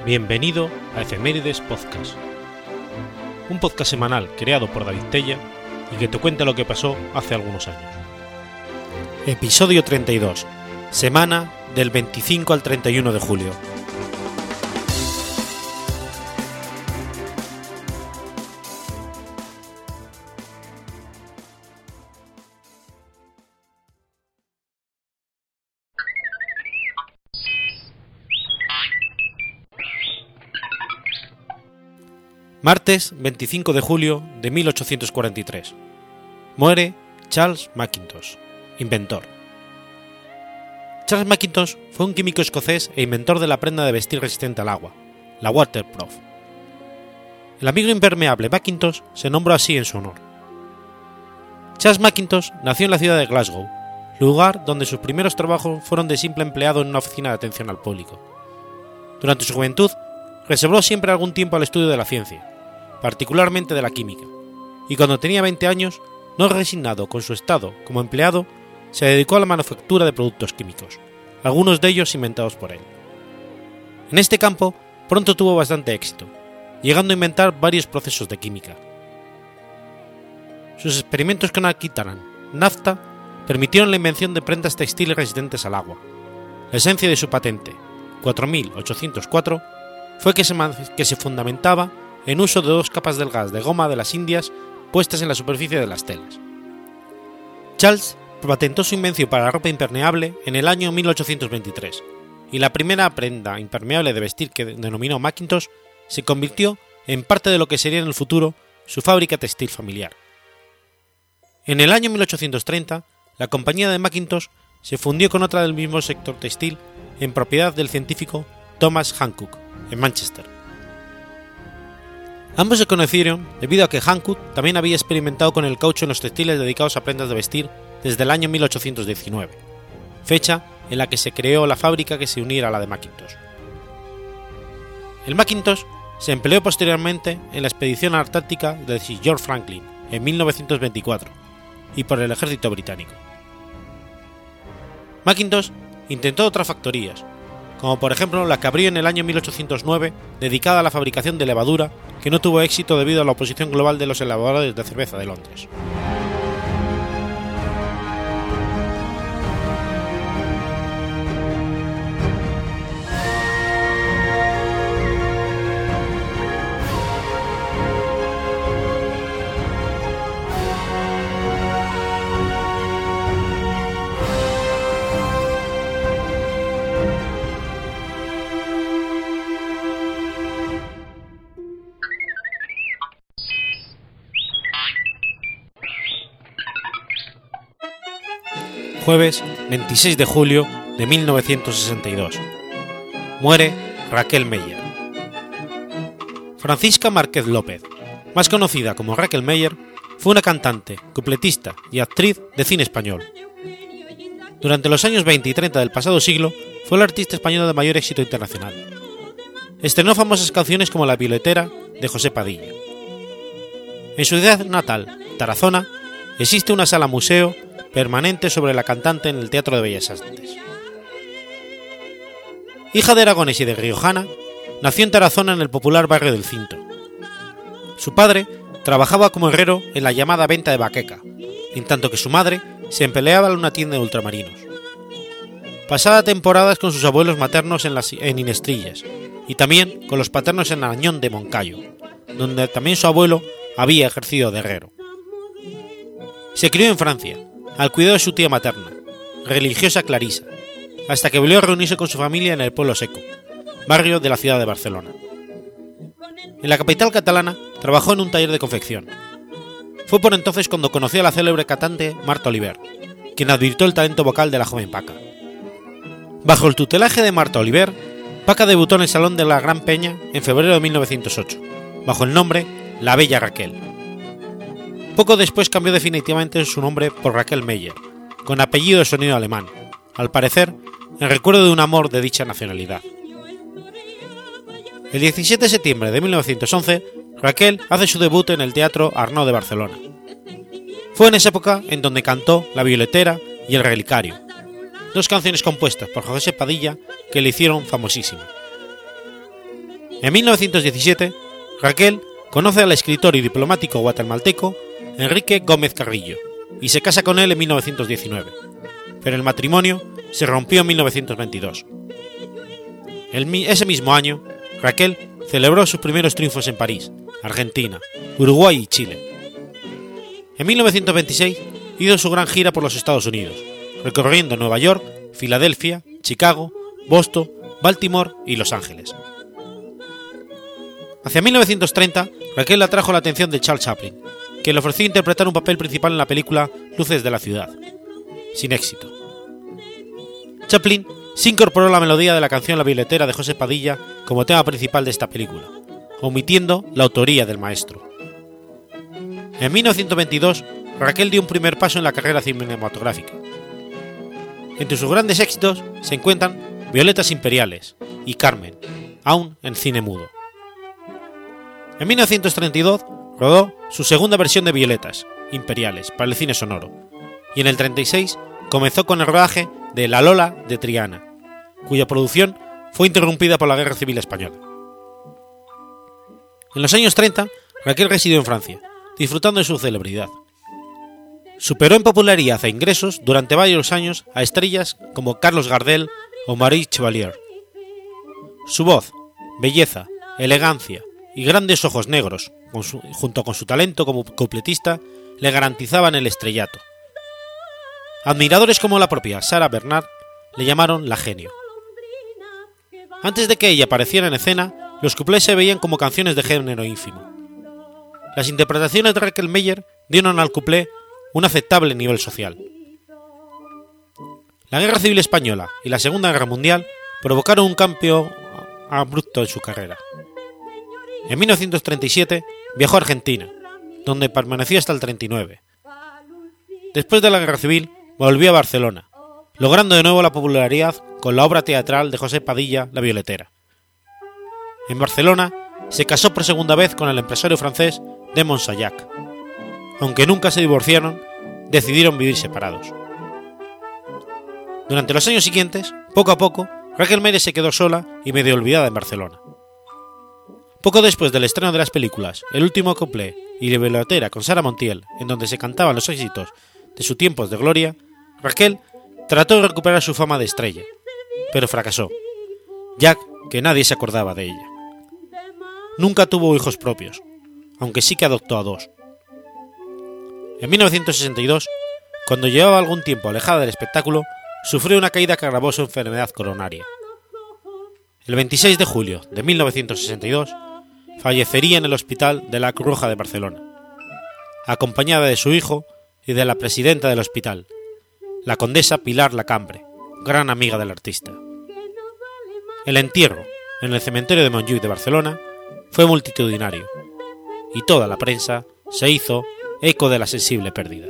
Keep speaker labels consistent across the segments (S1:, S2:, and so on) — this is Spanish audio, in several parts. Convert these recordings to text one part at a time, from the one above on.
S1: Bienvenido a Efemérides Podcast, un podcast semanal creado por David Tella y que te cuenta lo que pasó hace algunos años. Episodio 32, semana del 25 al 31 de julio. Martes 25 de julio de 1843. Muere Charles Mackintosh, inventor. Charles Mackintosh fue un químico escocés e inventor de la prenda de vestir resistente al agua, la waterproof. El amigo impermeable Mackintosh se nombró así en su honor. Charles Mackintosh nació en la ciudad de Glasgow, lugar donde sus primeros trabajos fueron de simple empleado en una oficina de atención al público. Durante su juventud, reservó siempre algún tiempo al estudio de la ciencia, particularmente de la química, y cuando tenía 20 años, no resignado con su estado como empleado, se dedicó a la manufactura de productos químicos, algunos de ellos inventados por él. En este campo pronto tuvo bastante éxito, llegando a inventar varios procesos de química. Sus experimentos con alquitrán, nafta, permitieron la invención de prendas textiles resistentes al agua. La esencia de su patente, 4804, fue que se fundamentaba en uso de dos capas del gas de goma de las Indias puestas en la superficie de las telas. Charles patentó su invención para la ropa impermeable en el año 1823, y la primera prenda impermeable de vestir que denominó Mackintosh se convirtió en parte de lo que sería en el futuro su fábrica textil familiar. En el año 1830, la compañía de Mackintosh se fundió con otra del mismo sector textil en propiedad del científico Thomas Hancock, en Manchester. Ambos se conocieron debido a que Hancock también había experimentado con el caucho en los textiles dedicados a prendas de vestir desde el año 1819, fecha en la que se creó la fábrica que se uniera a la de Mackintosh. El Mackintosh se empleó posteriormente en la expedición antártica de Sir George Franklin en 1924 y por el ejército británico. Mackintosh intentó otras factorías, como por ejemplo la que abrió en el año 1809 dedicada a la fabricación de levadura, que no tuvo éxito debido a la oposición global de los elaboradores de cerveza de Londres. Jueves 26 de julio de 1962. Muere Raquel Meyer. Francisca Márquez López, más conocida como Raquel Meyer, fue una cantante, cupletista y actriz de cine español. Durante los años 20 y 30 del pasado siglo, fue la artista española de mayor éxito internacional. Estrenó famosas canciones como La violetera, de José Padilla. En su ciudad natal, Tarazona, existe una sala museo permanente sobre la cantante en el Teatro de Bellas Artes. Hija de aragonés y de riojana, nació en Tarazona en el popular barrio del Cinto. Su padre trabajaba como herrero en la llamada venta de Baqueca, en tanto que su madre se empleaba en una tienda de ultramarinos. Pasaba temporadas con sus abuelos maternos en Inestrillas y también con los paternos en Añón de Moncayo, donde también su abuelo había ejercido de herrero. Se crió en Francia, al cuidado de su tía materna, religiosa clarisa, hasta que volvió a reunirse con su familia en el Pueblo Seco, barrio de la ciudad de Barcelona. En la capital catalana trabajó en un taller de confección. Fue por entonces cuando conoció a la célebre cantante Marta Oliver, quien advirtió el talento vocal de la joven Paca. Bajo el tutelaje de Marta Oliver, Paca debutó en el Salón de la Gran Peña en febrero de 1908, bajo el nombre La Bella Raquel. Poco después cambió definitivamente su nombre por Raquel Meyer, con apellido de sonido alemán, al parecer en recuerdo de un amor de dicha nacionalidad. El 17 de septiembre de 1911, Raquel hace su debut en el Teatro Arnau de Barcelona. Fue en esa época en donde cantó La violetera y El relicario, dos canciones compuestas por José Padilla que le hicieron famosísima. En 1917, Raquel conoce al escritor y diplomático guatemalteco Enrique Gómez Carrillo y se casa con él en 1919, pero el matrimonio se rompió en 1922. Ese mismo año, Raquel celebró sus primeros triunfos en París, Argentina, Uruguay y Chile. En 1926 hizo su gran gira por los Estados Unidos, recorriendo Nueva York, Filadelfia, Chicago, Boston, Baltimore y Los Ángeles. Hacia 1930, Raquel atrajo la atención de Charles Chaplin, que le ofreció interpretar un papel principal en la película Luces de la ciudad, sin éxito. Chaplin se incorporó la melodía de la canción La violetera de José Padilla como tema principal de esta película, omitiendo la autoría del maestro. En 1922, Raquel dio un primer paso en la carrera cinematográfica. Entre sus grandes éxitos se encuentran Violetas Imperiales y Carmen, aún en cine mudo. En 1932 rodó su segunda versión de Violetas Imperiales para el cine sonoro, y en el 36 comenzó con el rodaje de La Lola de Triana, cuya producción fue interrumpida por la Guerra Civil Española. En los años 30, Raquel residió en Francia, disfrutando de su celebridad. Superó en popularidad e ingresos durante varios años a estrellas como Carlos Gardel o Marie Chevalier. Su voz, belleza, elegancia y grandes ojos negros, junto con su talento como coupletista, le garantizaban el estrellato. Admiradores como la propia Sarah Bernhardt le llamaron la genio. Antes de que ella apareciera en escena, los couplets se veían como canciones de género ínfimo. Las interpretaciones de Raquel Meyer dieron al couplet un aceptable nivel social. La Guerra Civil Española y la Segunda Guerra Mundial provocaron un cambio abrupto en su carrera. En 1937 viajó a Argentina, donde permaneció hasta el 39. Después de la Guerra Civil volvió a Barcelona, logrando de nuevo la popularidad con la obra teatral de José Padilla, La violetera. En Barcelona se casó por segunda vez con el empresario francés de Montsallac. Aunque nunca se divorciaron, decidieron vivir separados. Durante los años siguientes, poco a poco, Raquel Meyer se quedó sola y medio olvidada en Barcelona. Poco después del estreno de las películas El último couplet y La violetera con Sara Montiel, en donde se cantaban los éxitos de sus tiempos de gloria, Raquel trató de recuperar su fama de estrella, pero fracasó, ya que nadie se acordaba de ella. Nunca tuvo hijos propios, aunque sí que adoptó a 2. En 1962, cuando llevaba algún tiempo alejada del espectáculo, sufrió una caída que agravó su enfermedad coronaria. El 26 de julio de 1962, fallecería en el Hospital de la Cruz Roja de Barcelona, acompañada de su hijo y de la presidenta del hospital, la condesa Pilar Lacambre, gran amiga del artista. El entierro, en el cementerio de Montjuïc de Barcelona, fue multitudinario, y toda la prensa se hizo eco de la sensible pérdida.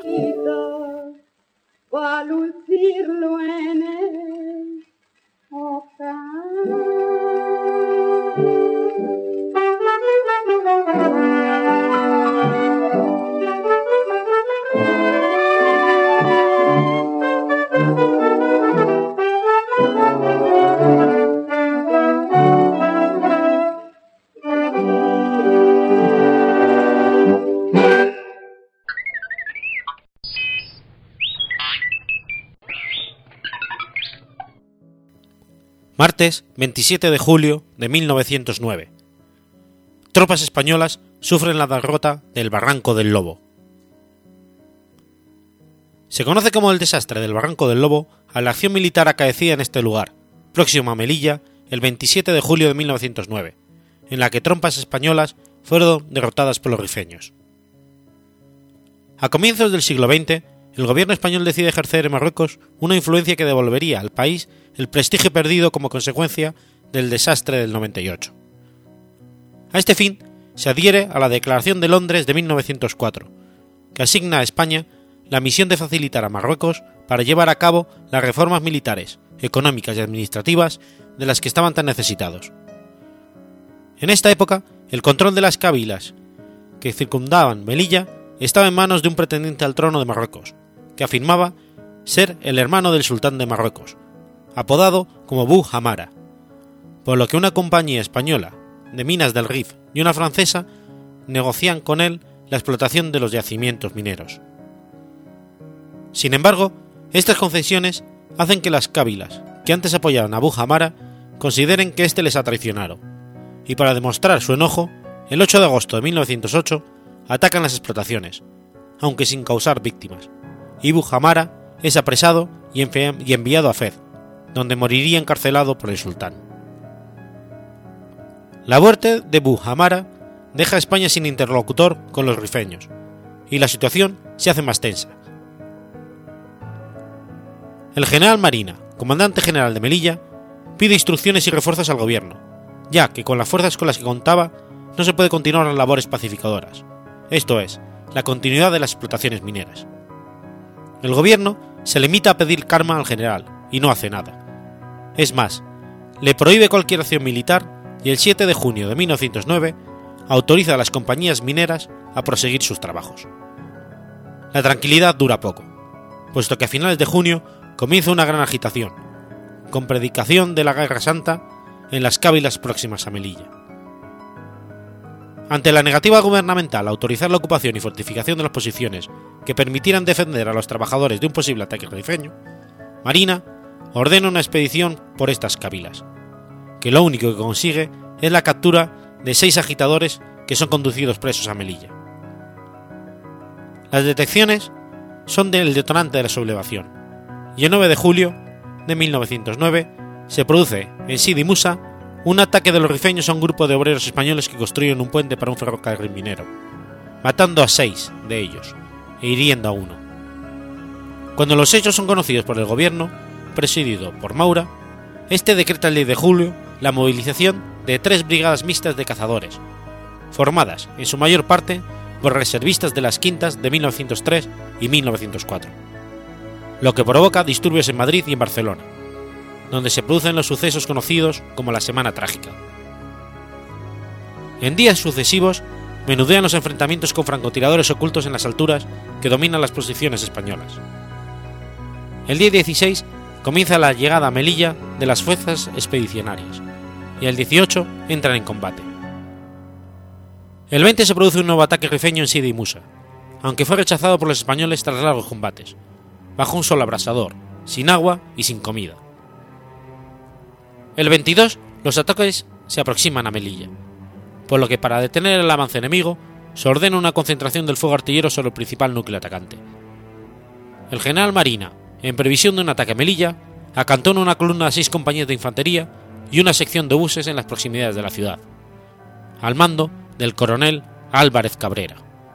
S1: Martes 27 de julio de 1909. Tropas españolas sufren la derrota del Barranco del Lobo. Se conoce como el desastre del Barranco del Lobo a la acción militar acaecida en este lugar, próximo a Melilla, el 27 de julio de 1909, en la que tropas españolas fueron derrotadas por los rifeños. A comienzos del siglo XX, el gobierno español decide ejercer en Marruecos una influencia que devolvería al país el prestigio perdido como consecuencia del desastre del 98. A este fin, se adhiere a la Declaración de Londres de 1904, que asigna a España la misión de facilitar a Marruecos para llevar a cabo las reformas militares, económicas y administrativas de las que estaban tan necesitados. En esta época, el control de las cabilas que circundaban Melilla estaba en manos de un pretendiente al trono de Marruecos, que afirmaba ser el hermano del sultán de Marruecos, apodado como Bou Hamara, por lo que una compañía española, de Minas del Rif y una francesa negocian con él la explotación de los yacimientos mineros. Sin embargo, estas concesiones hacen que las cábilas, que antes apoyaban a Abu Hamara, consideren que éste les ha traicionado, y para demostrar su enojo, el 8 de agosto de 1908 atacan las explotaciones, aunque sin causar víctimas, y Abu Hamara es apresado y enviado a Fez, donde moriría encarcelado por el sultán. La muerte de Abu Hamara deja a España sin interlocutor con los rifeños, y la situación se hace más tensa. El general Marina, comandante general de Melilla, pide instrucciones y refuerzos al gobierno, ya que con las fuerzas con las que contaba no se puede continuar las labores pacificadoras, esto es, la continuidad de las explotaciones mineras. El gobierno se limita a pedir calma al general y no hace nada. Es más, le prohíbe cualquier acción militar y el 7 de junio de 1909 autoriza a las compañías mineras a proseguir sus trabajos. La tranquilidad dura poco, puesto que a finales de junio comienza una gran agitación, con predicación de la Guerra Santa en las cábilas próximas a Melilla. Ante la negativa gubernamental a autorizar la ocupación y fortificación de las posiciones que permitieran defender a los trabajadores de un posible ataque rifeño, Marina ordena una expedición por estas cábilas, que lo único que consigue es la captura de 6 agitadores que son conducidos presos a Melilla. Las detecciones son del detonante de la sublevación, y el 9 de julio de 1909 se produce en Sidi Musa un ataque de los rifeños a un grupo de obreros españoles que construyen un puente para un ferrocarril minero, matando a 6 de ellos e hiriendo a 1. Cuando los hechos son conocidos por el gobierno, presidido por Maura, este decreta el 10 de julio la movilización de 3 brigadas mixtas de cazadores, formadas en su mayor parte por reservistas de las quintas de 1903 y 1904, lo que provoca disturbios en Madrid y en Barcelona, donde se producen los sucesos conocidos como la Semana Trágica. En días sucesivos menudean los enfrentamientos con francotiradores ocultos en las alturas que dominan las posiciones españolas. El día 16 comienza la llegada a Melilla de las fuerzas expedicionarias, y el 18 entran en combate. El 20 se produce un nuevo ataque rifeño en Sidi Musa, aunque fue rechazado por los españoles tras largos combates, bajo un sol abrasador, sin agua y sin comida. El 22 los ataques se aproximan a Melilla, por lo que para detener el avance enemigo se ordena una concentración del fuego artillero sobre el principal núcleo atacante. El general Marina, en previsión de un ataque a Melilla, acantona una columna de 6 compañías de infantería y una sección de buses en las proximidades de la ciudad, al mando del coronel Álvarez Cabrera.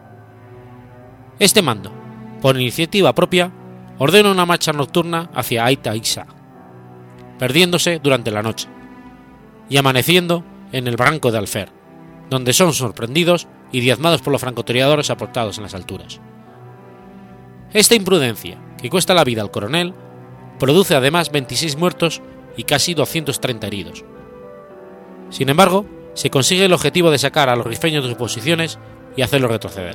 S1: Este mando, por iniciativa propia, ordena una marcha nocturna hacia Aita Isa, perdiéndose durante la noche, y amaneciendo en el barranco de Alfer, donde son sorprendidos y diezmados por los francotiradores aportados en las alturas. Esta imprudencia, que cuesta la vida al coronel, produce además 26 muertos y casi 230 heridos. Sin embargo, se consigue el objetivo de sacar a los rifeños de sus posiciones y hacerlos retroceder.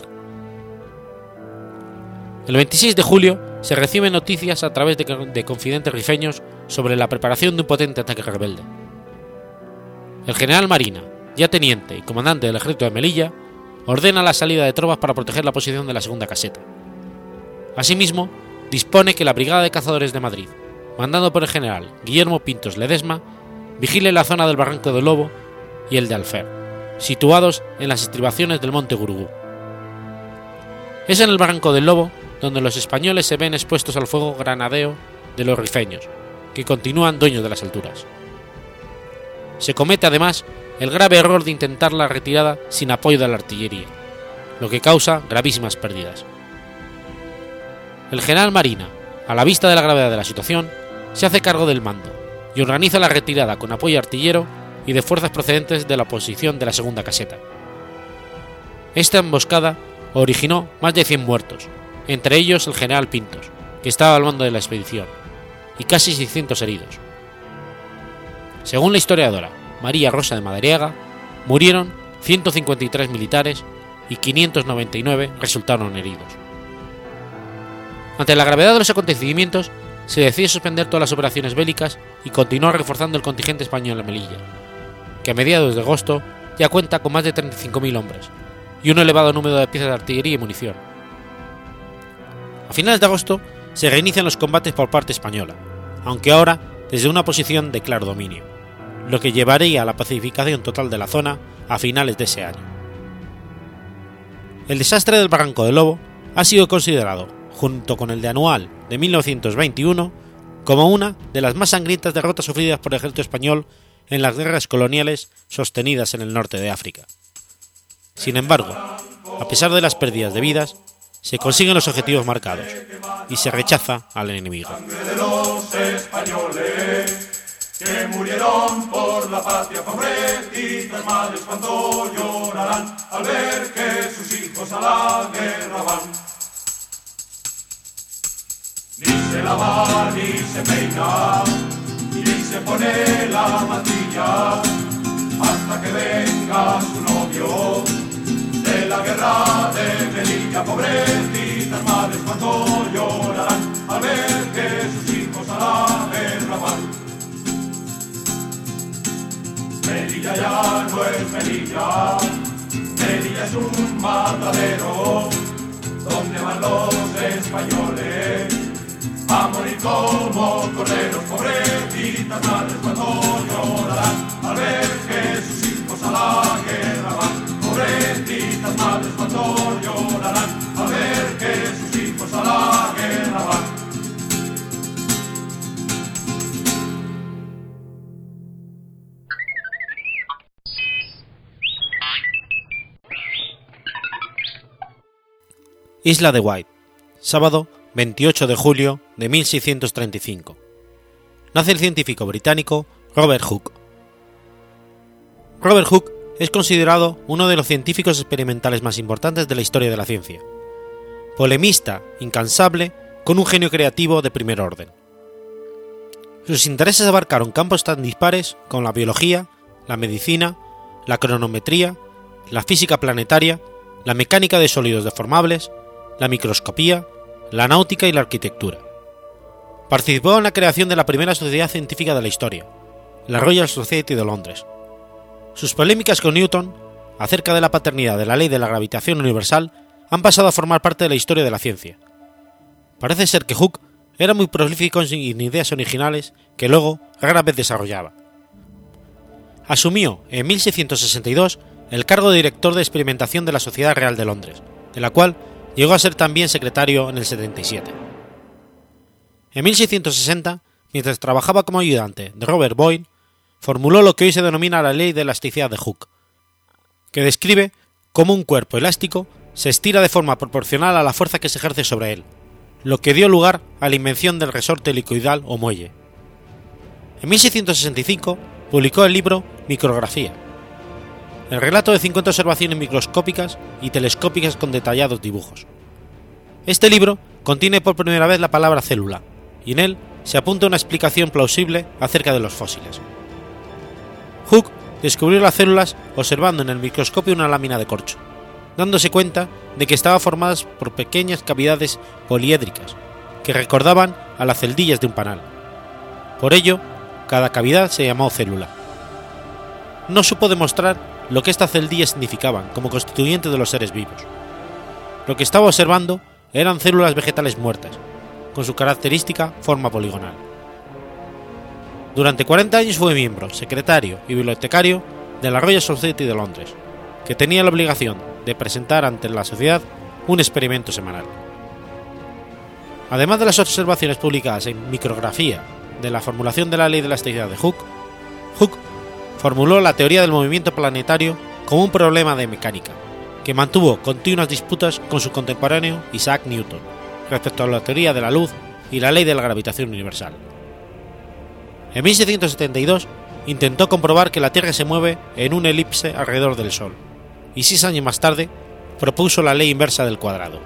S1: El 26 de julio se reciben noticias a través de confidentes rifeños sobre la preparación de un potente ataque rebelde. El general Marina, ya teniente y comandante del ejército de Melilla, ordena la salida de tropas para proteger la posición de la segunda caseta. Asimismo, dispone que la Brigada de Cazadores de Madrid, mandado por el general Guillermo Pintos Ledesma, vigile la zona del Barranco del Lobo y el de Alfer, situados en las estribaciones del monte Gurugú. Es en el Barranco del Lobo donde los españoles se ven expuestos al fuego granadeo de los rifeños, que continúan dueños de las alturas. Se comete además el grave error de intentar la retirada sin apoyo de la artillería, lo que causa gravísimas pérdidas. El general Marina, a la vista de la gravedad de la situación, se hace cargo del mando y organiza la retirada con apoyo artillero y de fuerzas procedentes de la posición de la segunda caseta. Esta emboscada originó más de 100 muertos, entre ellos el general Pintos, que estaba al mando de la expedición, y casi 600 heridos. Según la historiadora María Rosa de Madariaga, murieron 153 militares y 599 resultaron heridos. Ante la gravedad de los acontecimientos, se decidió suspender todas las operaciones bélicas y continuar reforzando el contingente español en Melilla, que a mediados de agosto ya cuenta con más de 35.000 hombres y un elevado número de piezas de artillería y munición. A finales de agosto se reinician los combates por parte española, aunque ahora desde una posición de claro dominio, lo que llevaría a la pacificación total de la zona a finales de ese año. El desastre del Barranco del Lobo ha sido considerado, junto con el de Anual de 1921, como una de las más sangrientas derrotas sufridas por el ejército español en las guerras coloniales sostenidas en el norte de África. Sin embargo, a pesar de las pérdidas de vidas, se consiguen los objetivos marcados y se rechaza al enemigo.
S2: De los españoles que murieron por la patria, pobrecitas madres cuánto llorarán al ver que sus hijos a la guerra van. Ni se lava ni se peina, ni se pone la mantilla, hasta que venga su novio de la guerra de Melilla. Pobrecitas madres cuánto llorarán al ver que sus hijos a la guerra van. Melilla ya no es Melilla, Melilla es un matadero, donde van los españoles a morir como corderos. Pobrecitas madres cuando llorarán al ver que sus hijos a la guerra van. Pobrecitas madres cuando llorarán al ver que sus hijos a la guerra van.
S1: Isla de Wight, sábado 28 de julio de 1635. Nace el científico británico Robert Hooke. Robert Hooke es considerado uno de los científicos experimentales más importantes de la historia de la ciencia, polemista incansable con un genio creativo de primer orden. Sus intereses abarcaron campos tan dispares como la biología, la medicina, la cronometría, la física planetaria, la mecánica de sólidos deformables, la microscopía, la náutica y la arquitectura. Participó en la creación de la primera sociedad científica de la historia, la Royal Society de Londres. Sus polémicas con Newton acerca de la paternidad de la ley de la gravitación universal han pasado a formar parte de la historia de la ciencia. Parece ser que Hooke era muy prolífico en ideas originales que luego rara vez desarrollaba. Asumió en 1662 el cargo de director de experimentación de la Sociedad Real de Londres, de la cual llegó a ser también secretario en el 77. En 1660, mientras trabajaba como ayudante de Robert Boyle, formuló lo que hoy se denomina la ley de elasticidad de Hooke, que describe cómo un cuerpo elástico se estira de forma proporcional a la fuerza que se ejerce sobre él, lo que dio lugar a la invención del resorte helicoidal o muelle. En 1665 publicó el libro Micrografía, el relato de 50 observaciones microscópicas y telescópicas con detallados dibujos. Este libro contiene por primera vez la palabra célula, y en él se apunta una explicación plausible acerca de los fósiles. Hooke descubrió las células observando en el microscopio una lámina de corcho, dándose cuenta de que estaban formadas por pequeñas cavidades poliédricas que recordaban a las celdillas de un panal. Por ello, cada cavidad se llamó célula. No supo demostrar lo que estas celdillas significaban como constituyentes de los seres vivos. Lo que estaba observando eran células vegetales muertas, con su característica forma poligonal. Durante 40 años fue miembro, secretario y bibliotecario de la Royal Society de Londres, que tenía la obligación de presentar ante la sociedad un experimento semanal. Además de las observaciones publicadas en Micrografía de la formulación de la ley de elasticidad de Hooke, Hooke formuló la teoría del movimiento planetario como un problema de mecánica, que mantuvo continuas disputas con su contemporáneo Isaac Newton respecto a la teoría de la luz y la ley de la gravitación universal. En 1672 intentó comprobar que la Tierra se mueve en un elipse alrededor del Sol, y 6 años más tarde propuso la ley inversa del cuadrado.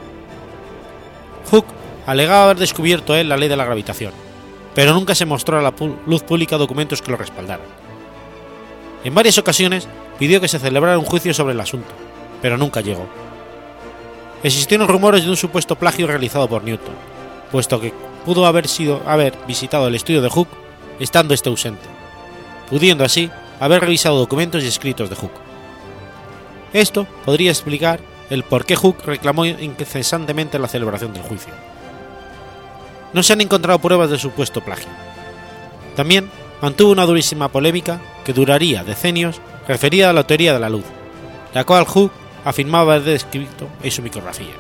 S1: Hooke alegaba haber descubierto él la ley de la gravitación, pero nunca se mostró a la luz pública documentos que lo respaldaran. En varias ocasiones pidió que se celebrara un juicio sobre el asunto, pero nunca llegó. Existieron rumores de un supuesto plagio realizado por Newton, puesto que pudo haber visitado el estudio de Hooke estando este ausente, pudiendo así haber revisado documentos y escritos de Hooke. Esto podría explicar el por qué Hooke reclamó incesantemente la celebración del juicio. No se han encontrado pruebas de supuesto plagio. También mantuvo una durísima polémica que duraría decenios referida a la teoría de la luz, la cual Hooke afirmaba haber descrito en su micrografía.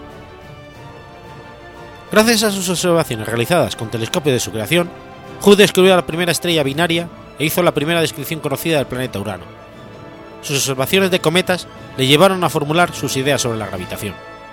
S1: Gracias a sus observaciones realizadas con telescopio de su creación, Hooke descubrió la primera estrella binaria e hizo la primera descripción conocida del planeta Urano. Sus observaciones de cometas le llevaron a formular sus ideas sobre la gravitación.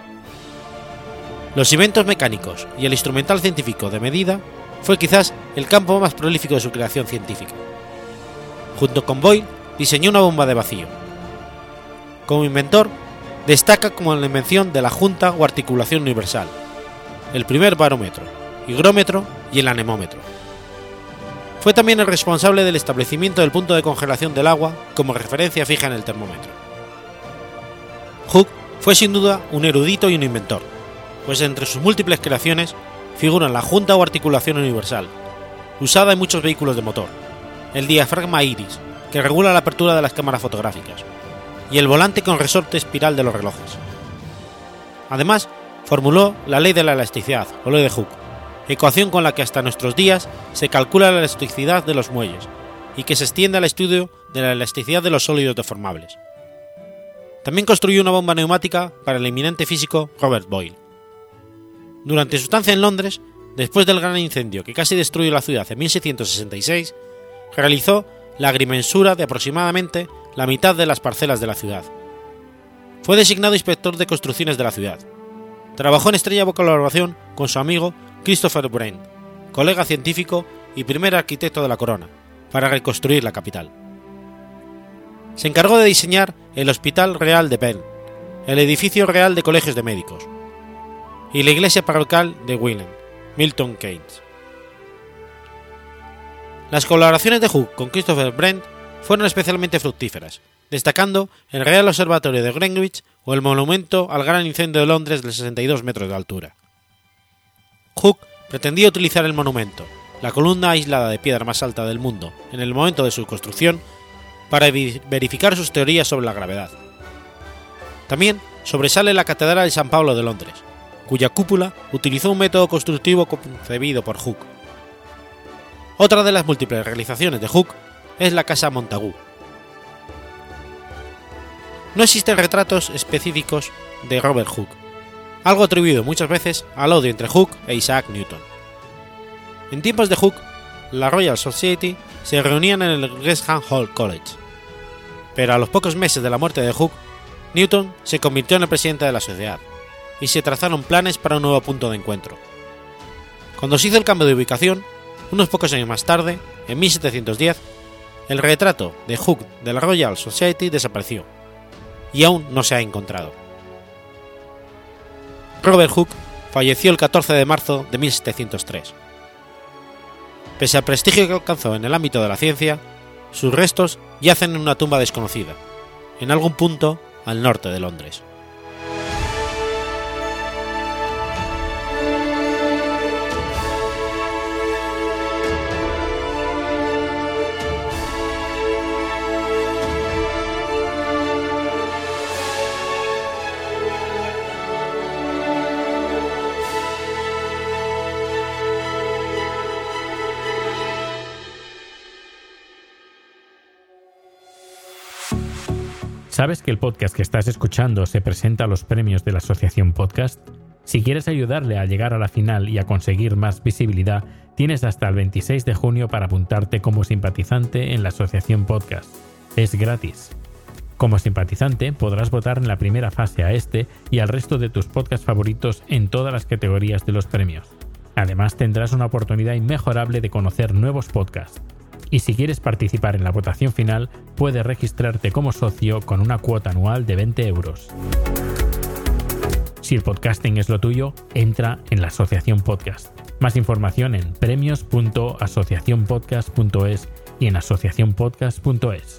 S1: Los inventos mecánicos y el instrumental científico de medida fue quizás el campo más prolífico de su creación científica. Junto con Boyle, diseñó una bomba de vacío. Como inventor, destaca como la invención de la junta o articulación universal, el primer barómetro, higrómetro y el anemómetro. Fue también el responsable del establecimiento del punto de congelación del agua como referencia fija en el termómetro. Hooke fue sin duda un erudito y un inventor, pues entre sus múltiples creaciones figuran la junta o articulación universal, usada en muchos vehículos de motor, el diafragma iris, que regula la apertura de las cámaras fotográficas, y el volante con resorte espiral de los relojes. Además, formuló la ley de la elasticidad, o ley de Hooke, ecuación con la que hasta nuestros días se calcula la elasticidad de los muelles, y que se extiende al estudio de la elasticidad de los sólidos deformables. También construyó una bomba neumática para el eminente físico Robert Boyle. Durante su estancia en Londres, después del gran incendio que casi destruyó la ciudad en 1666, realizó la agrimensura de aproximadamente la mitad de las parcelas de la ciudad. Fue designado inspector de construcciones de la ciudad. Trabajó en estrecha colaboración con su amigo Christopher Wren, colega científico y primer arquitecto de la corona, para reconstruir la capital. Se encargó de diseñar el Hospital Real de Bell, el edificio real de colegios de médicos, y la iglesia parroquial de William, Milton Keynes. Las colaboraciones de Hooke con Christopher Wren fueron especialmente fructíferas, destacando el Real Observatorio de Greenwich o el monumento al gran incendio de Londres de 62 metros de altura. Hooke pretendía utilizar el monumento, la columna aislada de piedra más alta del mundo en el momento de su construcción, para verificar sus teorías sobre la gravedad. También sobresale la Catedral de San Pablo de Londres, cuya cúpula utilizó un método constructivo concebido por Hooke. Otra de las múltiples realizaciones de Hooke es la Casa Montagu. No existen retratos específicos de Robert Hooke, algo atribuido muchas veces al odio entre Hooke e Isaac Newton. En tiempos de Hooke, la Royal Society se reunían en el Gresham Hall College, pero a los pocos meses de la muerte de Hooke, Newton se convirtió en el presidente de la sociedad, y se trazaron planes para un nuevo punto de encuentro. Cuando se hizo el cambio de ubicación, unos pocos años más tarde, en 1710, el retrato de Hooke de la Royal Society desapareció, y aún no se ha encontrado. Robert Hooke falleció el 14 de marzo de 1703. Pese al prestigio que alcanzó en el ámbito de la ciencia, sus restos yacen en una tumba desconocida, en algún punto al norte de Londres.
S3: ¿Sabes que el podcast que estás escuchando se presenta a los premios de la Asociación Podcast? Si quieres ayudarle a llegar a la final y a conseguir más visibilidad, tienes hasta el 26 de junio para apuntarte como simpatizante en la Asociación Podcast. Es gratis. Como simpatizante podrás votar en la primera fase a este y al resto de tus podcasts favoritos en todas las categorías de los premios. Además tendrás una oportunidad inmejorable de conocer nuevos podcasts. Y si quieres participar en la votación final, puedes registrarte como socio con una cuota anual de 20 euros. Si el podcasting es lo tuyo, entra en la Asociación Podcast. Más información en premios.asociacionpodcast.es y en asociacionpodcast.es.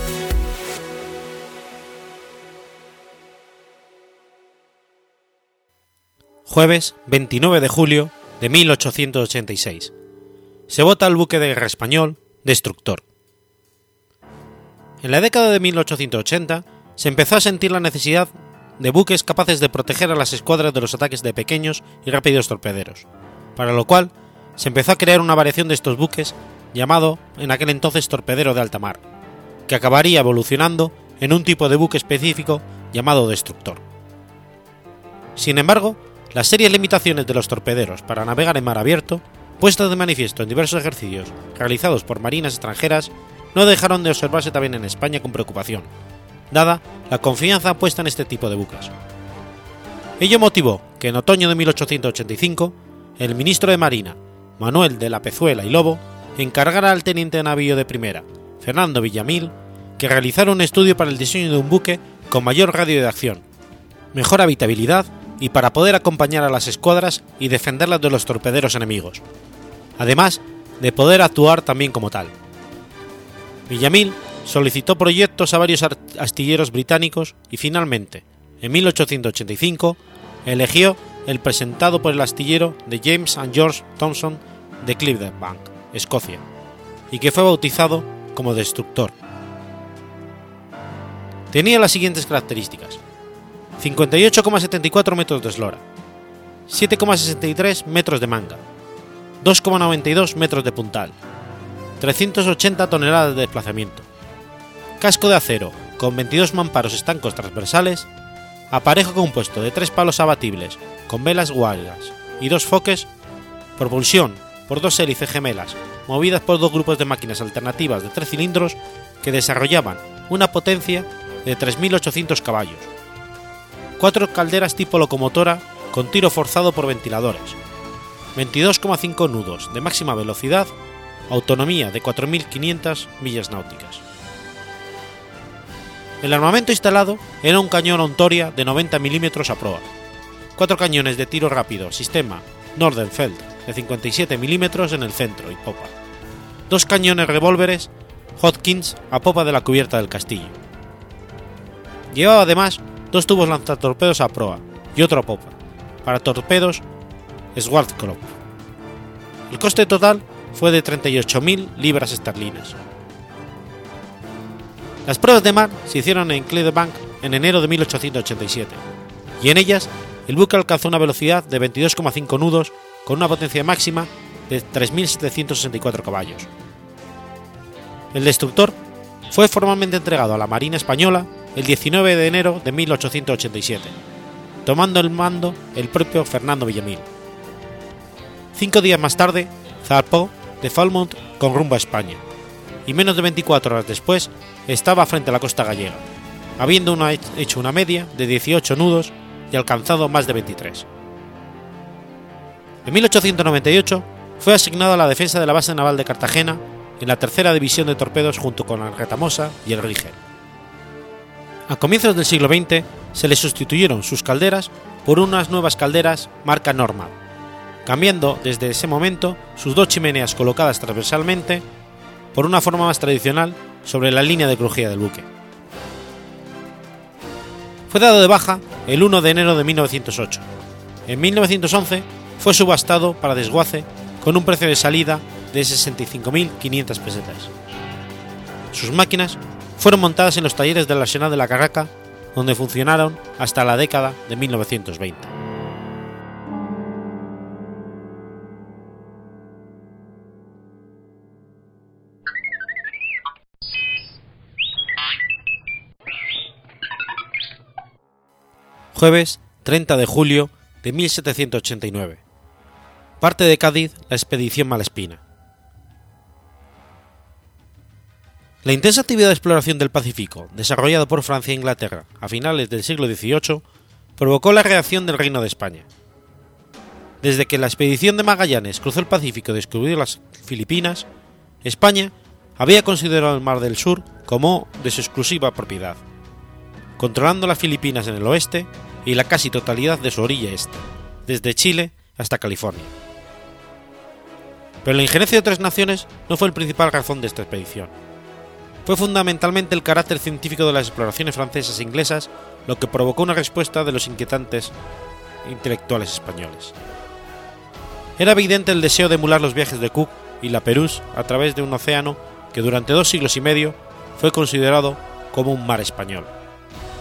S1: Jueves 29 de julio de 1886. Se vota el buque de guerra español Destructor. En la década de 1880 se empezó a sentir la necesidad de buques capaces de proteger a las escuadras de los ataques de pequeños y rápidos torpederos, para lo cual se empezó a crear una variación de estos buques llamado en aquel entonces torpedero de alta mar, que acabaría evolucionando en un tipo de buque específico llamado destructor. Sin embargo, las serias limitaciones de los torpederos para navegar en mar abierto, puestas de manifiesto en diversos ejercicios realizados por marinas extranjeras, no dejaron de observarse también en España con preocupación, dada la confianza puesta en este tipo de buques. Ello motivó que en otoño de 1885, el ministro de Marina, Manuel de la Pezuela y Lobo, encargara al teniente de navío de primera, Fernando Villamil, que realizara un estudio para el diseño de un buque con mayor radio de acción, mejor habitabilidad y para poder acompañar a las escuadras y defenderlas de los torpederos enemigos, además de poder actuar también como tal. Villamil solicitó proyectos a varios astilleros británicos y finalmente, en 1885, eligió el presentado por el astillero de James and George Thompson de Cleveland, Escocia, y que fue bautizado como Destructor. Tenía las siguientes características: 58,74 metros de eslora, 7,63 metros de manga, 2,92 metros de puntal, 380 toneladas de desplazamiento, casco de acero con 22 mamparos estancos transversales, aparejo compuesto de 3 palos abatibles con velas guardas y 2 foques, propulsión por 2 hélices gemelas movidas por 2 grupos de máquinas alternativas de 3 cilindros que desarrollaban una potencia de 3.800 caballos, 4 calderas tipo locomotora con tiro forzado por ventiladores, 22,5 nudos de máxima velocidad, autonomía de 4.500 millas náuticas. El armamento instalado era un cañón Ontoria de 90 mm a proa, 4 cañones de tiro rápido sistema Nordenfeld de 57 mm en el centro y popa, 2 cañones revólveres Hodgkins a popa de la cubierta del castillo. Llevaba además 2 tubos lanzatorpedos a proa y otro a popa, para torpedos Schwarzkopf. El coste total fue de 38.000 libras esterlinas. Las pruebas de mar se hicieron en Clydebank en enero de 1887, y en ellas el buque alcanzó una velocidad de 22,5 nudos con una potencia máxima de 3.764 caballos. El destructor fue formalmente entregado a la Marina Española el 19 de enero de 1887, tomando el mando el propio Fernando Villamil. 5 días más tarde zarpó de Falmouth con rumbo a España, y menos de 24 horas después estaba frente a la costa gallega, habiendo hecho una media de 18 nudos y alcanzado más de 23. En 1898 fue asignado a la defensa de la base naval de Cartagena en la tercera división de torpedos junto con el Retamosa y el Rigel. A comienzos del siglo XX se le sustituyeron sus calderas por unas nuevas calderas marca Norma, cambiando desde ese momento sus 2 chimeneas colocadas transversalmente por una forma más tradicional sobre la línea de crujía del buque. Fue dado de baja el 1 de enero de 1908. En 1911 fue subastado para desguace con un precio de salida de 65.500 pesetas. Sus máquinas fueron montadas en los talleres del Arsenal de la Carraca, donde funcionaron hasta la década de 1920. Jueves 30 de julio de 1789. Parte de Cádiz la expedición Malespina. La intensa actividad de exploración del Pacífico, desarrollada por Francia e Inglaterra a finales del siglo XVIII, provocó la reacción del Reino de España. Desde que la expedición de Magallanes cruzó el Pacífico y descubrió las Filipinas, España había considerado el Mar del Sur como de su exclusiva propiedad, controlando las Filipinas en el oeste y la casi totalidad de su orilla este, desde Chile hasta California. Pero la injerencia de otras naciones no fue la principal razón de esta expedición. Fue fundamentalmente el carácter científico de las exploraciones francesas e inglesas lo que provocó una respuesta de los inquietantes intelectuales españoles. Era evidente el deseo de emular los viajes de Cook y la Pérouse a través de un océano que durante 2 siglos y medio fue considerado como un mar español.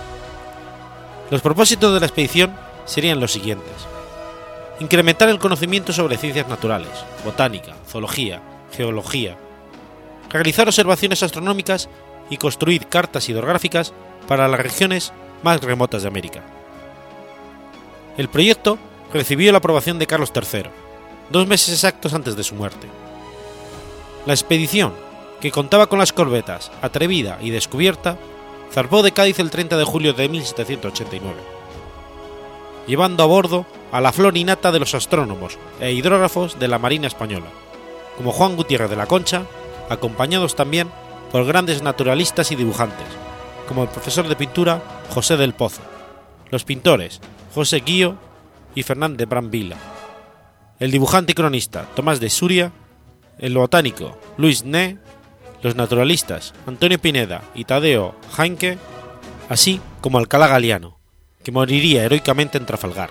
S1: Los propósitos de la expedición serían los siguientes: incrementar el conocimiento sobre ciencias naturales, botánica, zoología, geología, realizar observaciones astronómicas y construir cartas hidrográficas para las regiones más remotas de América. El proyecto recibió la aprobación de Carlos III, 2 meses exactos antes de su muerte. La expedición, que contaba con las corbetas Atrevida y Descubierta, zarpó de Cádiz el 30 de julio de 1789, llevando a bordo a la flor y nata de los astrónomos e hidrógrafos de la Marina Española, como Juan Gutiérrez de la Concha, acompañados también por grandes naturalistas y dibujantes, como el profesor de pintura José del Pozo, los pintores José Guío y Fernández Brambila, el dibujante y cronista Tomás de Suria, el botánico Luis Né, los naturalistas Antonio Pineda y Tadeo Heinke, así como Alcalá Galiano, que moriría heroicamente en Trafalgar.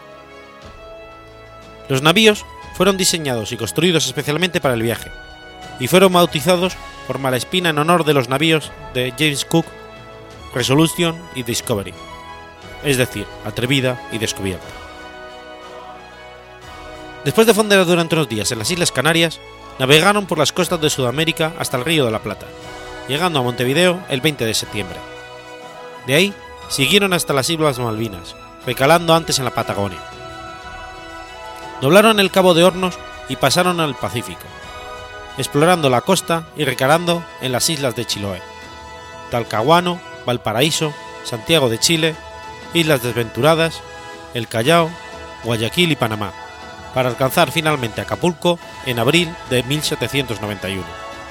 S1: Los navíos fueron diseñados y construidos especialmente para el viaje, y fueron bautizados por Malespina en honor de los navíos de James Cook, Resolution y Discovery, es decir, Atrevida y Descubierta. Después de fondear durante unos días en las Islas Canarias, navegaron por las costas de Sudamérica hasta el Río de la Plata, llegando a Montevideo el 20 de septiembre. De ahí siguieron hasta las Islas Malvinas, recalando antes en la Patagonia. Doblaron el Cabo de Hornos y pasaron al Pacífico, explorando la costa y recalando en las islas de Chiloé, Talcahuano, Valparaíso, Santiago de Chile, Islas Desventuradas, El Callao, Guayaquil y Panamá, para alcanzar finalmente Acapulco en abril de 1791.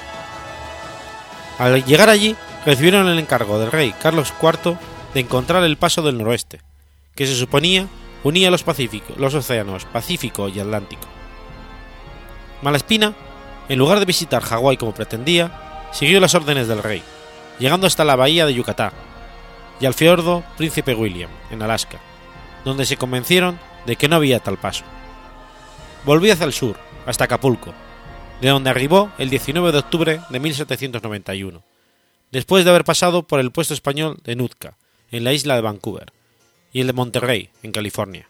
S1: Al llegar allí, recibieron el encargo del rey Carlos IV de encontrar el paso del noroeste, que se suponía unía los océanos Pacífico y Atlántico. Malespina, en lugar de visitar Hawái como pretendía, siguió las órdenes del rey, llegando hasta la bahía de Yucatán y al fiordo Príncipe William, en Alaska, donde se convencieron de que no había tal paso. Volvió hacia el sur, hasta Acapulco, de donde arribó el 19 de octubre de 1791, después de haber pasado por el puesto español de Nootka, en la isla de Vancouver, y el de Monterrey, en California.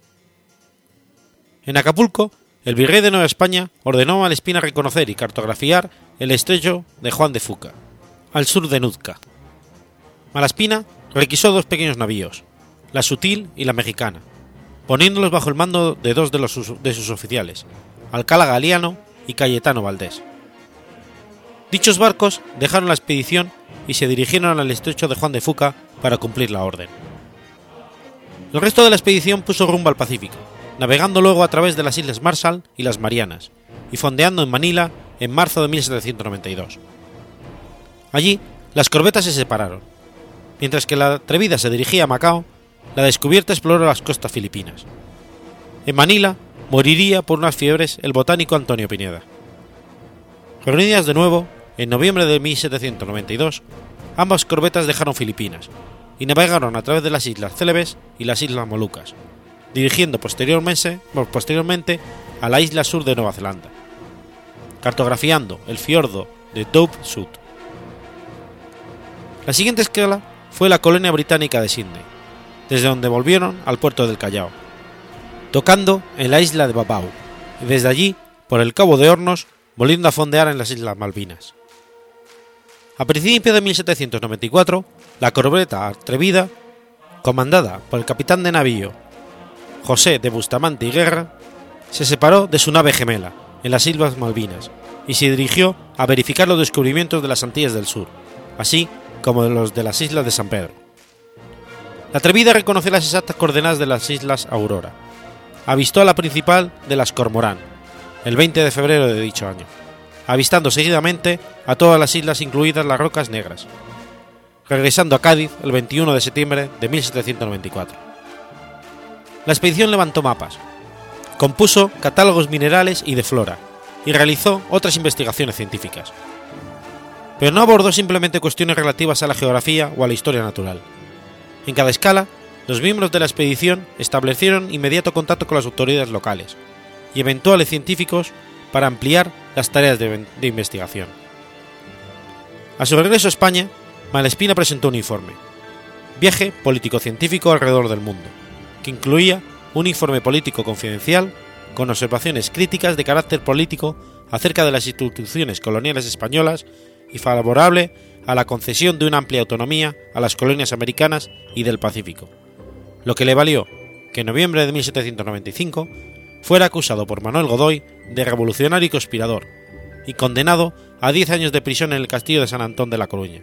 S1: En Acapulco, el virrey de Nueva España ordenó a Malespina reconocer y cartografiar el estrecho de Juan de Fuca, al sur de Nootka. Malespina requisó 2 pequeños navíos, la Sutil y la Mexicana, poniéndolos bajo el mando de 2 de sus oficiales, Alcalá Galiano y Cayetano Valdés. Dichos barcos dejaron la expedición y se dirigieron al estrecho de Juan de Fuca para cumplir la orden. El resto de la expedición puso rumbo al Pacífico, navegando luego a través de las Islas Marshall y las Marianas, y fondeando en Manila en marzo de 1792. Allí, las corbetas se separaron. Mientras que la Atrevida se dirigía a Macao, la Descubierta exploró las costas filipinas. En Manila moriría por unas fiebres el botánico Antonio Pineda. Reunidas de nuevo, en noviembre de 1792, ambas corbetas dejaron Filipinas y navegaron a través de las Islas Célebes y las Islas Molucas, dirigiendo posteriormente a la isla sur de Nueva Zelanda, cartografiando el fiordo de Doubt Sud. La siguiente escala fue la colonia británica de Sídney, desde donde volvieron al puerto del Callao, tocando en la isla de Babau, y desde allí, por el Cabo de Hornos, volviendo a fondear en las Islas Malvinas. A principios de 1794, la corbeta Atrevida, comandada por el capitán de navío José de Bustamante y Guerra, se separó de su nave gemela en las Islas Malvinas y se dirigió a verificar los descubrimientos de las Antillas del Sur, así como de los de las Islas de San Pedro. La Atrevida reconoció las exactas coordenadas de las Islas Aurora. Avistó a la principal de las Cormorán, el 20 de febrero de dicho año, avistando seguidamente a todas las islas incluidas las Rocas Negras, regresando a Cádiz el 21 de septiembre de 1794. La expedición levantó mapas, compuso catálogos minerales y de flora, y realizó otras investigaciones científicas. Pero no abordó simplemente cuestiones relativas a la geografía o a la historia natural. En cada escala, los miembros de la expedición establecieron inmediato contacto con las autoridades locales y eventuales científicos para ampliar las tareas de investigación. A su regreso a España, Malespina presentó un informe. Viaje político-científico alrededor del mundo, que incluía un informe político confidencial con observaciones críticas de carácter político acerca de las instituciones coloniales españolas y favorable a la concesión de una amplia autonomía a las colonias americanas y del Pacífico, lo que le valió que en noviembre de 1795 fuera acusado por Manuel Godoy de revolucionario y conspirador y condenado a 10 años de prisión en el castillo de San Antón de La Coruña.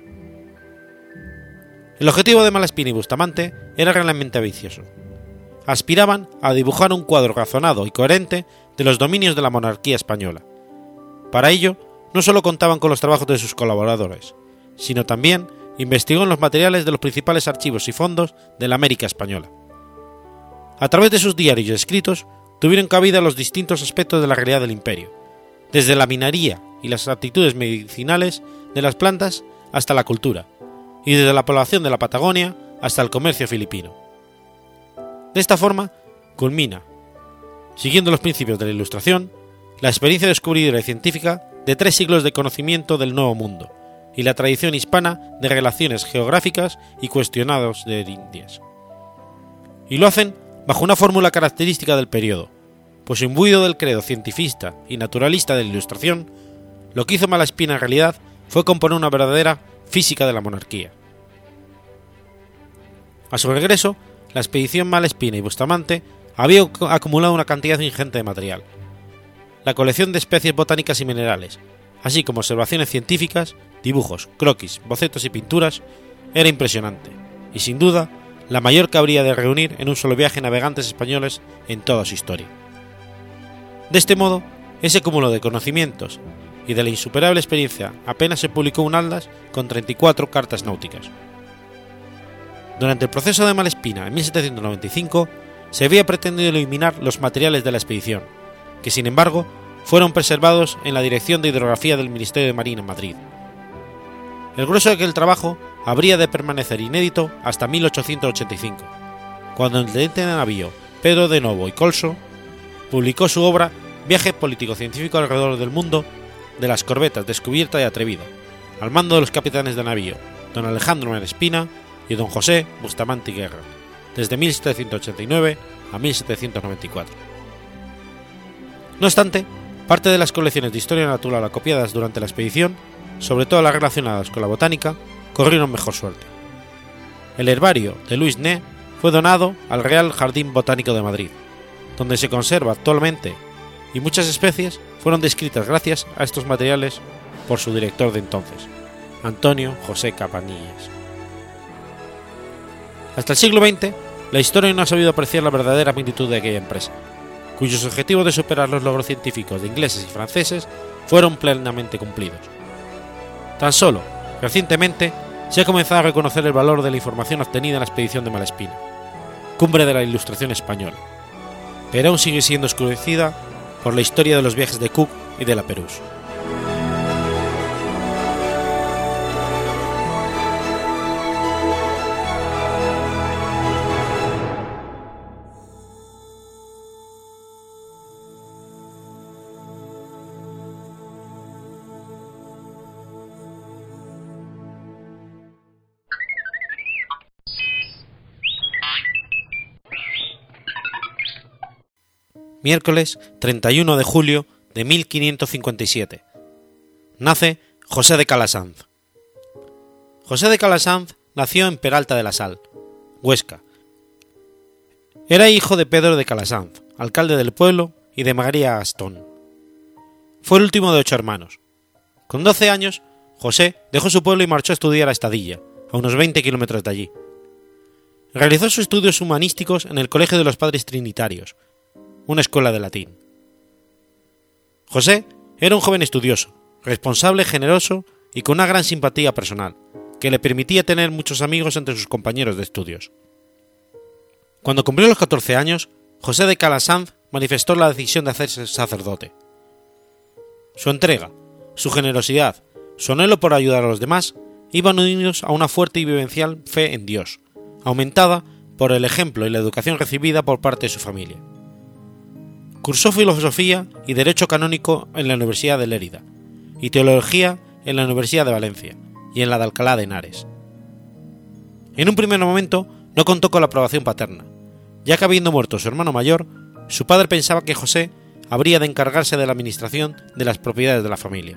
S1: El objetivo de Malespina y Bustamante era realmente ambicioso. Aspiraban a dibujar un cuadro razonado y coherente de los dominios de la monarquía española. Para ello, no solo contaban con los trabajos de sus colaboradores, sino también investigó en los materiales de los principales archivos y fondos de la América española. A través de sus diarios y escritos tuvieron cabida los distintos aspectos de la realidad del imperio, desde la minería y las actitudes medicinales de las plantas hasta la cultura, y desde la población de la Patagonia hasta el comercio filipino. De esta forma, culmina, siguiendo los principios de la Ilustración, la experiencia descubridora y científica de 3 siglos de conocimiento del Nuevo Mundo y la tradición hispana de relaciones geográficas y cuestionados de Indias. Y lo hacen bajo una fórmula característica del periodo, pues imbuido del credo cientifista y naturalista de la Ilustración, lo que hizo Malespina en realidad fue componer una verdadera física de la monarquía. A su regreso, la expedición Malespina y Bustamante había acumulado una cantidad ingente de material. La colección de especies botánicas y minerales, así como observaciones científicas, dibujos, croquis, bocetos y pinturas, era impresionante, y sin duda, la mayor que habría de reunir en un solo viaje navegantes españoles en toda su historia. De este modo, ese cúmulo de conocimientos y de la insuperable experiencia apenas se publicó un atlas con 34 cartas náuticas. Durante el proceso de Malespina en 1795 se había pretendido eliminar los materiales de la expedición, que sin embargo fueron preservados en la Dirección de Hidrografía del Ministerio de Marina en Madrid. El grueso de aquel trabajo habría de permanecer inédito hasta 1885, cuando el teniente de navío Pedro de Novo y Colso publicó su obra Viaje político-científico alrededor del mundo de las corbetas Descubierta y Atrevida, al mando de los capitanes de navío don Alejandro Malespina y don José Bustamante y Guerra, desde 1789 a 1794. No obstante, parte de las colecciones de historia natural acopiadas durante la expedición, sobre todo las relacionadas con la botánica, corrieron mejor suerte. El herbario de Luis Né fue donado al Real Jardín Botánico de Madrid, donde se conserva actualmente, y muchas especies fueron descritas gracias a estos materiales por su director de entonces, Antonio José Cabanillas. Hasta el siglo XX, la historia no ha sabido apreciar la verdadera magnitud de aquella empresa, cuyos objetivos de superar los logros científicos de ingleses y franceses fueron plenamente cumplidos. Tan solo, recientemente, se ha comenzado a reconocer el valor de la información obtenida en la expedición de Malespina, cumbre de la Ilustración española, pero aún sigue siendo oscurecida por la historia de los viajes de Cook y de la Perús. Miércoles 31 de julio de 1557. Nace José de Calasanz. José de Calasanz nació en Peralta de la Sal, Huesca. Era hijo de Pedro de Calasanz, alcalde del pueblo, y de María Gastón. Fue el último de 8 hermanos. Con 12 años, José dejó su pueblo y marchó a estudiar a Estadilla, a unos 20 kilómetros de allí. Realizó sus estudios humanísticos en el Colegio de los Padres Trinitarios, una escuela de latín. José era un joven estudioso, responsable, generoso y con una gran simpatía personal, que le permitía tener muchos amigos entre sus compañeros de estudios. Cuando cumplió los 14 años, José de Calasanz manifestó la decisión de hacerse sacerdote. Su entrega, su generosidad, su anhelo por ayudar a los demás iban unidos a una fuerte y vivencial fe en Dios, aumentada por el ejemplo y la educación recibida por parte de su familia. Cursó filosofía y derecho canónico en la Universidad de Lérida y teología en la Universidad de Valencia y en la de Alcalá de Henares. En un primer momento no contó con la aprobación paterna, ya que habiendo muerto su hermano mayor, su padre pensaba que José habría de encargarse de la administración de las propiedades de la familia.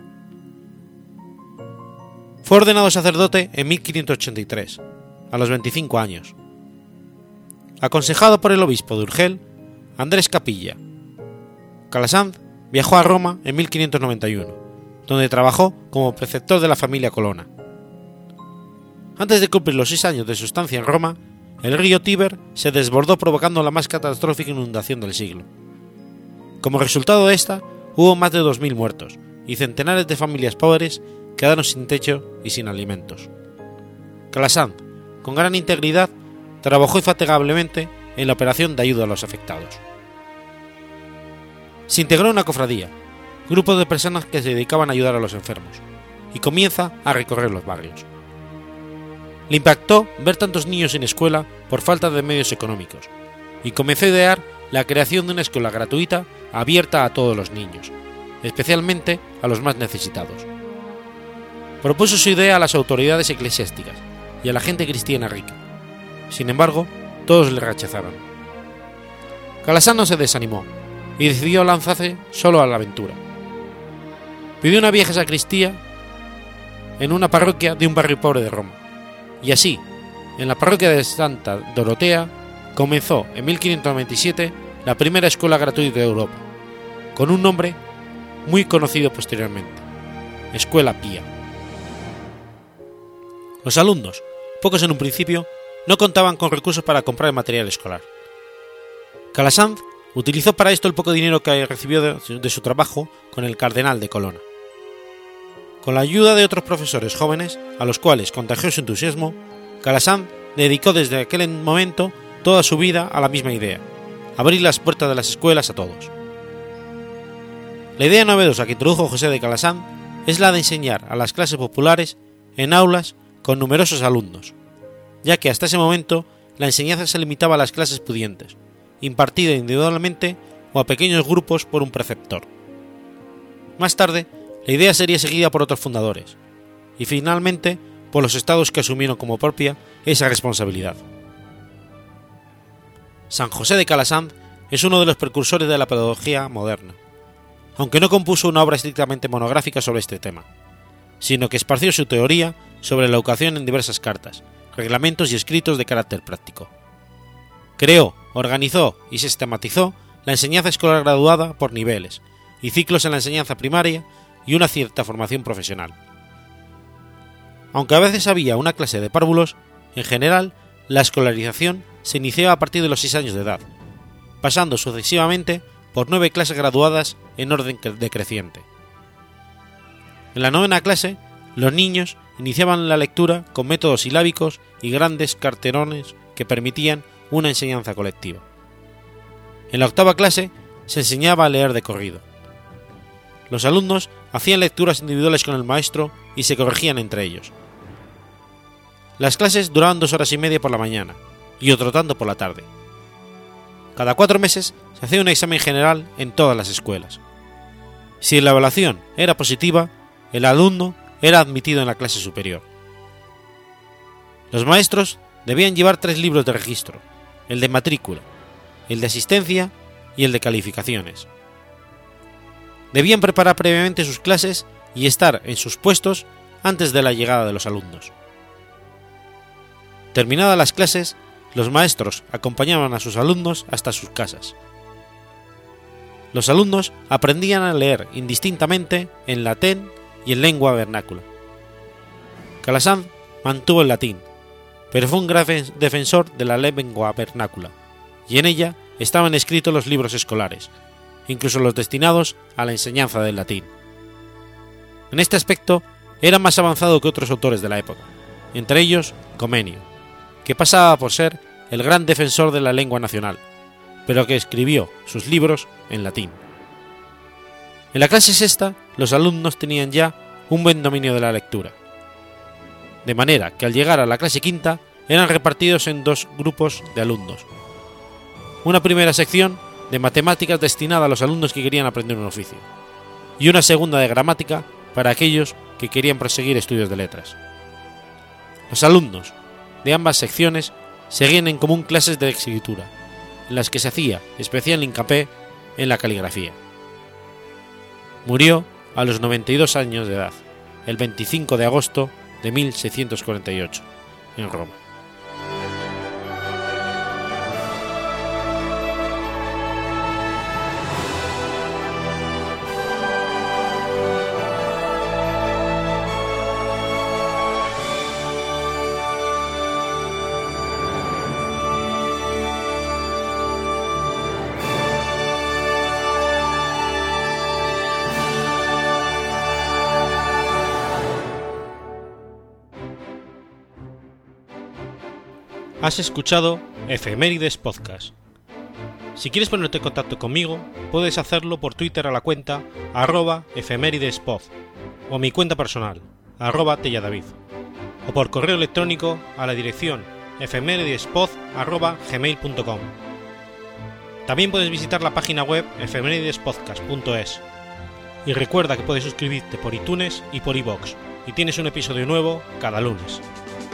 S1: Fue ordenado sacerdote en 1583, a los 25 años. Aconsejado por el obispo de Urgel, Andrés Capilla, Calasanz viajó a Roma en 1591, donde trabajó como preceptor de la familia Colonna. Antes de cumplir los 6 años de su estancia en Roma, el río Tíber se desbordó provocando la más catastrófica inundación del siglo. Como resultado de esta, hubo más de 2.000 muertos y centenares de familias pobres quedaron sin techo y sin alimentos. Calasanz, con gran integridad, trabajó infatigablemente en la operación de ayuda a los afectados. Se integró en una cofradía, grupo de personas que se dedicaban a ayudar a los enfermos, y comienza a recorrer los barrios. Le impactó ver tantos niños sin escuela por falta de medios económicos, y comenzó a idear la creación de una escuela gratuita abierta a todos los niños, especialmente a los más necesitados. Propuso su idea a las autoridades eclesiásticas y a la gente cristiana rica. Sin embargo, todos le rechazaron. Calasanz no se desanimó y decidió lanzarse solo a la aventura. Pidió una vieja sacristía en una parroquia de un barrio pobre de Roma, y así, en la parroquia de Santa Dorotea, comenzó en 1597 la primera escuela gratuita de Europa, con un nombre muy conocido posteriormente: Escuela Pía. Los alumnos, pocos en un principio, no contaban con recursos para comprar el material escolar. Calasanz utilizó para esto el poco dinero que recibió de su trabajo con el cardenal de Colonna. Con la ayuda de otros profesores jóvenes, a los cuales contagió su entusiasmo, Calasanz dedicó desde aquel momento toda su vida a la misma idea: abrir las puertas de las escuelas a todos. La idea novedosa que introdujo José de Calasanz es la de enseñar a las clases populares en aulas con numerosos alumnos, ya que hasta ese momento la enseñanza se limitaba a las clases pudientes, impartida individualmente o a pequeños grupos por un preceptor. Más tarde, la idea sería seguida por otros fundadores, y finalmente por los estados que asumieron como propia esa responsabilidad. San José de Calasanz es uno de los precursores de la pedagogía moderna, aunque no compuso una obra estrictamente monográfica sobre este tema, sino que esparció su teoría sobre la educación en diversas cartas, reglamentos y escritos de carácter práctico. Creó, organizó y sistematizó la enseñanza escolar graduada por niveles y ciclos en la enseñanza primaria y una cierta formación profesional. Aunque a veces había una clase de párvulos, en general la escolarización se inició a partir de los 6 años de edad, pasando sucesivamente por 9 clases graduadas en orden decreciente. En la 9ª clase, los niños iniciaban la lectura con métodos silábicos y grandes carterones que permitían una enseñanza colectiva. En la 8ª clase se enseñaba a leer de corrido. Los alumnos hacían lecturas individuales con el maestro y se corregían entre ellos. Las clases duraban 2 horas y media por la mañana y otro tanto por la tarde. Cada 4 meses se hacía un examen general en todas las escuelas. Si la evaluación era positiva, el alumno era admitido en la clase superior. Los maestros debían llevar 3 libros de registro: el de matrícula, el de asistencia y el de calificaciones. Debían preparar previamente sus clases y estar en sus puestos antes de la llegada de los alumnos. Terminadas las clases, los maestros acompañaban a sus alumnos hasta sus casas. Los alumnos aprendían a leer indistintamente en latín y en lengua vernácula. Calasanz mantuvo el latín, pero fue un gran defensor de la lengua vernácula, y en ella estaban escritos los libros escolares, incluso los destinados a la enseñanza del latín. En este aspecto era más avanzado que otros autores de la época, entre ellos Comenio, que pasaba por ser el gran defensor de la lengua nacional, pero que escribió sus libros en latín. En la clase 6 los alumnos tenían ya un buen dominio de la lectura, de manera que al llegar a la clase 5 eran repartidos en 2 grupos de alumnos. Una primera sección de matemáticas destinada a los alumnos que querían aprender un oficio, y una segunda de gramática para aquellos que querían proseguir estudios de letras. Los alumnos, de ambas secciones seguían en común clases de escritura, en las que se hacía especial hincapié en la caligrafía. Murió a los 92 años de edad, el 25 de agosto de 1648, en Roma. Has escuchado Efemérides Podcast. Si quieres ponerte en contacto conmigo, puedes hacerlo por Twitter a la cuenta @efemeridespod o a mi cuenta personal @telladavid, o por correo electrónico a la dirección efemeridespod@gmail.com. También puedes visitar la página web efemeridespodcast.es y recuerda que puedes suscribirte por iTunes y por iVoox y tienes un episodio nuevo cada lunes.